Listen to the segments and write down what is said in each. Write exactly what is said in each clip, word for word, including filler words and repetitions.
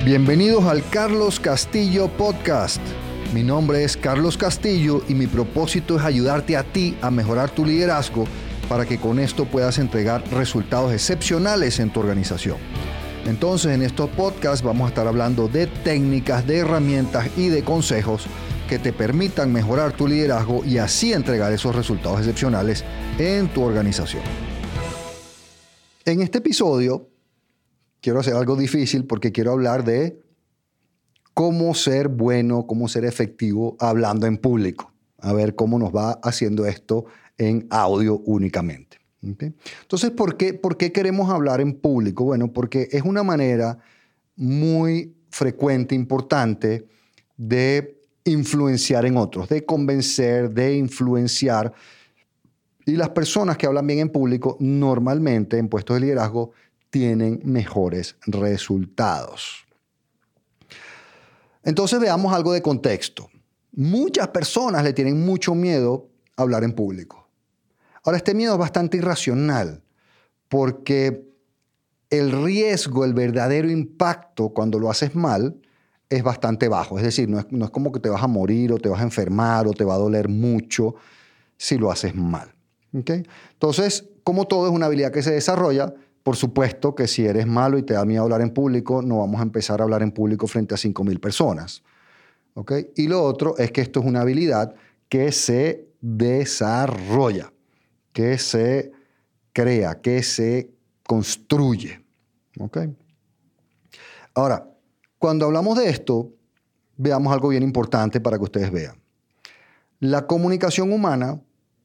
Bienvenidos al Carlos Castillo Podcast. Mi nombre es Carlos Castillo y mi propósito es ayudarte a ti a mejorar tu liderazgo para que con esto puedas entregar resultados excepcionales en tu organización. Entonces, en estos podcasts vamos a estar hablando de técnicas, de herramientas y de consejos que te permitan mejorar tu liderazgo y así entregar esos resultados excepcionales en tu organización. En este episodio quiero hacer algo difícil porque quiero hablar de cómo ser bueno, cómo ser efectivo hablando en público. A ver cómo nos va haciendo esto en audio únicamente. ¿Okay? Entonces, ¿por qué, ¿por qué queremos hablar en público? Bueno, porque es una manera muy frecuente, importante de influenciar en otros, de convencer, de influenciar. Y las personas que hablan bien en público, normalmente en puestos de liderazgo, tienen mejores resultados. Entonces veamos algo de contexto. Muchas personas le tienen mucho miedo a hablar en público. Ahora, este miedo es bastante irracional porque el riesgo, el verdadero impacto cuando lo haces mal es bastante bajo. Es decir, no es, no es como que te vas a morir o te vas a enfermar o te va a doler mucho si lo haces mal. ¿Okay? Entonces, como todo es una habilidad que se desarrolla, por supuesto que si eres malo y te da miedo hablar en público, no vamos a empezar a hablar en público frente a cinco mil personas. ¿Okay? Y lo otro es que esto es una habilidad que se desarrolla, que se crea, que se construye. ¿Okay? Ahora, cuando hablamos de esto, veamos algo bien importante para que ustedes vean. La comunicación humana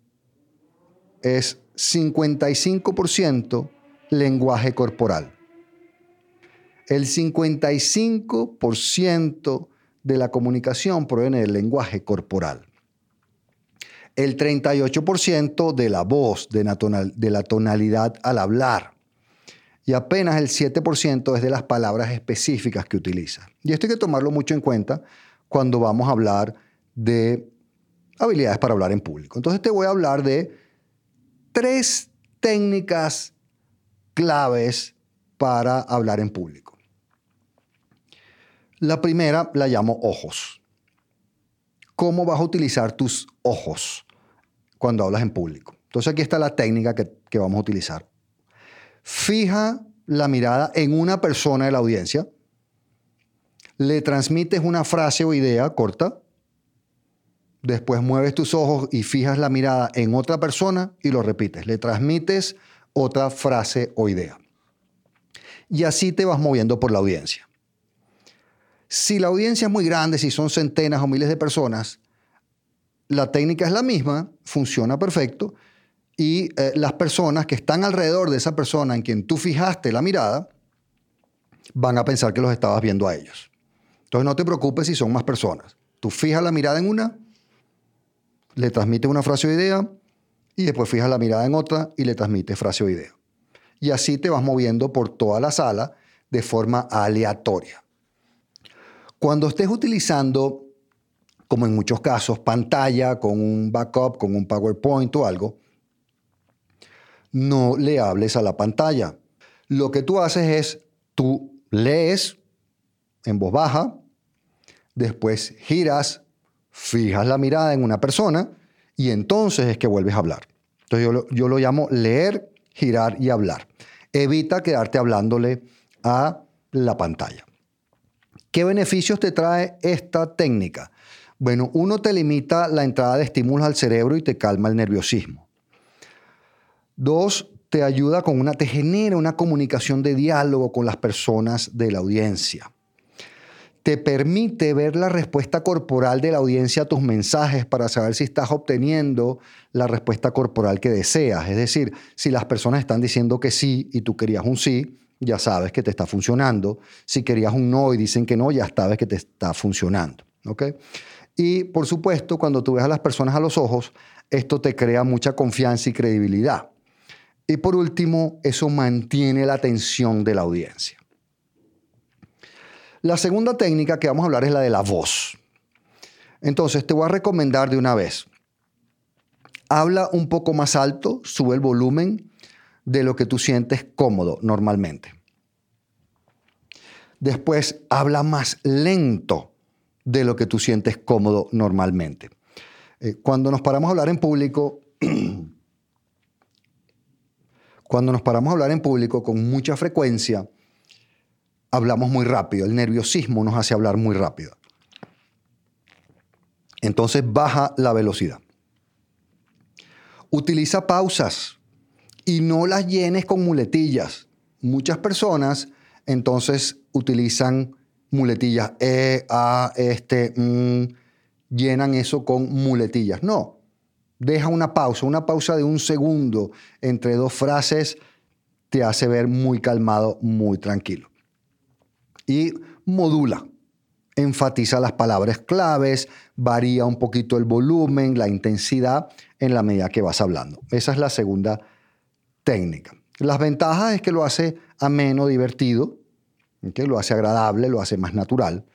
es cincuenta y cinco por ciento lenguaje corporal. El cincuenta y cinco por ciento de la comunicación proviene del lenguaje corporal. El treinta y ocho por ciento de la voz, de la, tonal, de la tonalidad al hablar. Y apenas el siete por ciento es de las palabras específicas que utiliza. Y esto hay que tomarlo mucho en cuenta cuando vamos a hablar de habilidades para hablar en público. Entonces te voy a hablar de tres técnicas claves para hablar en público. La primera la llamo ojos. ¿Cómo vas a utilizar tus ojos cuando hablas en público? Entonces aquí está la técnica que, que vamos a utilizar. Fija la mirada en una persona de la audiencia, le transmites una frase o idea corta, después mueves tus ojos y fijas la mirada en otra persona y lo repites. Le transmites otra frase o idea. Y así te vas moviendo por la audiencia. Si la audiencia es muy grande, si son centenas o miles de personas, la técnica es la misma, funciona perfecto, y eh, las personas que están alrededor de esa persona en quien tú fijaste la mirada van a pensar que los estabas viendo a ellos. Entonces no te preocupes si son más personas. Tú fijas la mirada en una, le transmites una frase o idea, y después fijas la mirada en otra y le transmites frase o idea. Y así te vas moviendo por toda la sala de forma aleatoria. Cuando estés utilizando, como en muchos casos, pantalla con un backup, con un PowerPoint o algo, no le hables a la pantalla. Lo que tú haces es, tú lees en voz baja, después giras, fijas la mirada en una persona y entonces es que vuelves a hablar. Entonces yo lo, yo lo llamo leer, girar y hablar. Evita quedarte hablándole a la pantalla. ¿Qué beneficios te trae esta técnica? Bueno, uno, te limita la entrada de estímulos al cerebro y te calma el nerviosismo. Dos, te ayuda con una, te genera una comunicación de diálogo con las personas de la audiencia. Te permite ver la respuesta corporal de la audiencia a tus mensajes para saber si estás obteniendo la respuesta corporal que deseas. Es decir, si las personas están diciendo que sí y tú querías un sí, ya sabes que te está funcionando. Si querías un no y dicen que no, ya sabes que te está funcionando. ¿Okay? Y, por supuesto, cuando tú ves a las personas a los ojos, esto te crea mucha confianza y credibilidad. Y, por último, eso mantiene la atención de la audiencia. La segunda técnica que vamos a hablar es la de la voz. Entonces, te voy a recomendar de una vez. Habla un poco más alto, sube el volumen de lo que tú sientes cómodo normalmente. Después, habla más lento de lo que tú sientes cómodo normalmente. Eh, cuando nos paramos a hablar en público, cuando nos paramos a hablar en público con mucha frecuencia, hablamos muy rápido. El nerviosismo nos hace hablar muy rápido. Entonces, baja la velocidad. Utiliza pausas y no las llenes con muletillas. Muchas personas entonces utilizan muletillas, eh, a, este, mm, llenan eso con muletillas. No, deja una pausa, una pausa de un segundo entre dos frases te hace ver muy calmado, muy tranquilo. Y modula, enfatiza las palabras claves, varía un poquito el volumen, la intensidad en la medida que vas hablando. Esa es la segunda técnica. Las ventajas es que lo hace ameno, divertido, ¿okay? Lo hace agradable, lo hace más natural.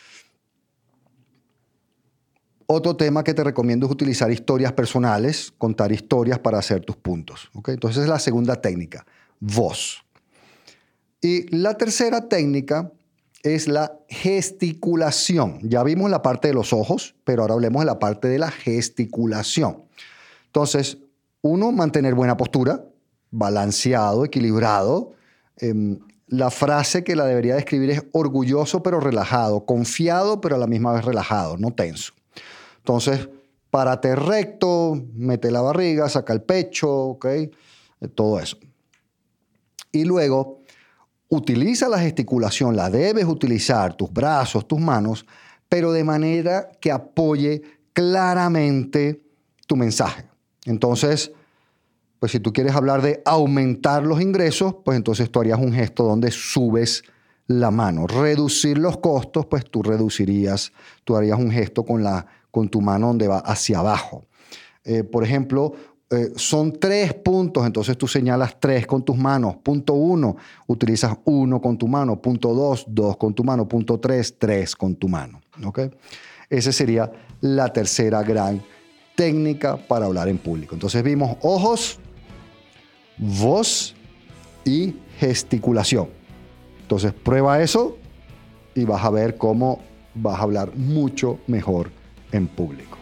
Otro tema que te recomiendo es utilizar historias personales, contar historias para hacer tus puntos. ¿Okay? Entonces es la segunda técnica, voz. Y la tercera técnica es la gesticulación. Ya vimos la parte de los ojos, pero ahora hablemos de la parte de la gesticulación. Entonces, uno, mantener buena postura, balanceado, equilibrado. Eh, la frase que la debería describir es orgulloso pero relajado, confiado pero a la misma vez relajado, no tenso. Entonces, párate recto, mete la barriga, saca el pecho, ¿ok? Todo eso. Y luego, utiliza la gesticulación, la debes utilizar, tus brazos, tus manos, pero de manera que apoye claramente tu mensaje. Entonces, pues si tú quieres hablar de aumentar los ingresos, pues entonces tú harías un gesto donde subes la mano. Reducir los costos, pues tú reducirías, tú harías un gesto con, la, con tu mano donde va hacia abajo. Eh, por ejemplo, eh, son tres puntos, entonces tú señalas tres con tus manos. Punto uno, utilizas uno con tu mano. Punto dos, dos con tu mano. Punto tres, tres con tu mano. ¿Okay? Esa sería la tercera gran técnica para hablar en público. Entonces vimos ojos, voz y gesticulación. Entonces prueba eso y vas a ver cómo vas a hablar mucho mejor en público.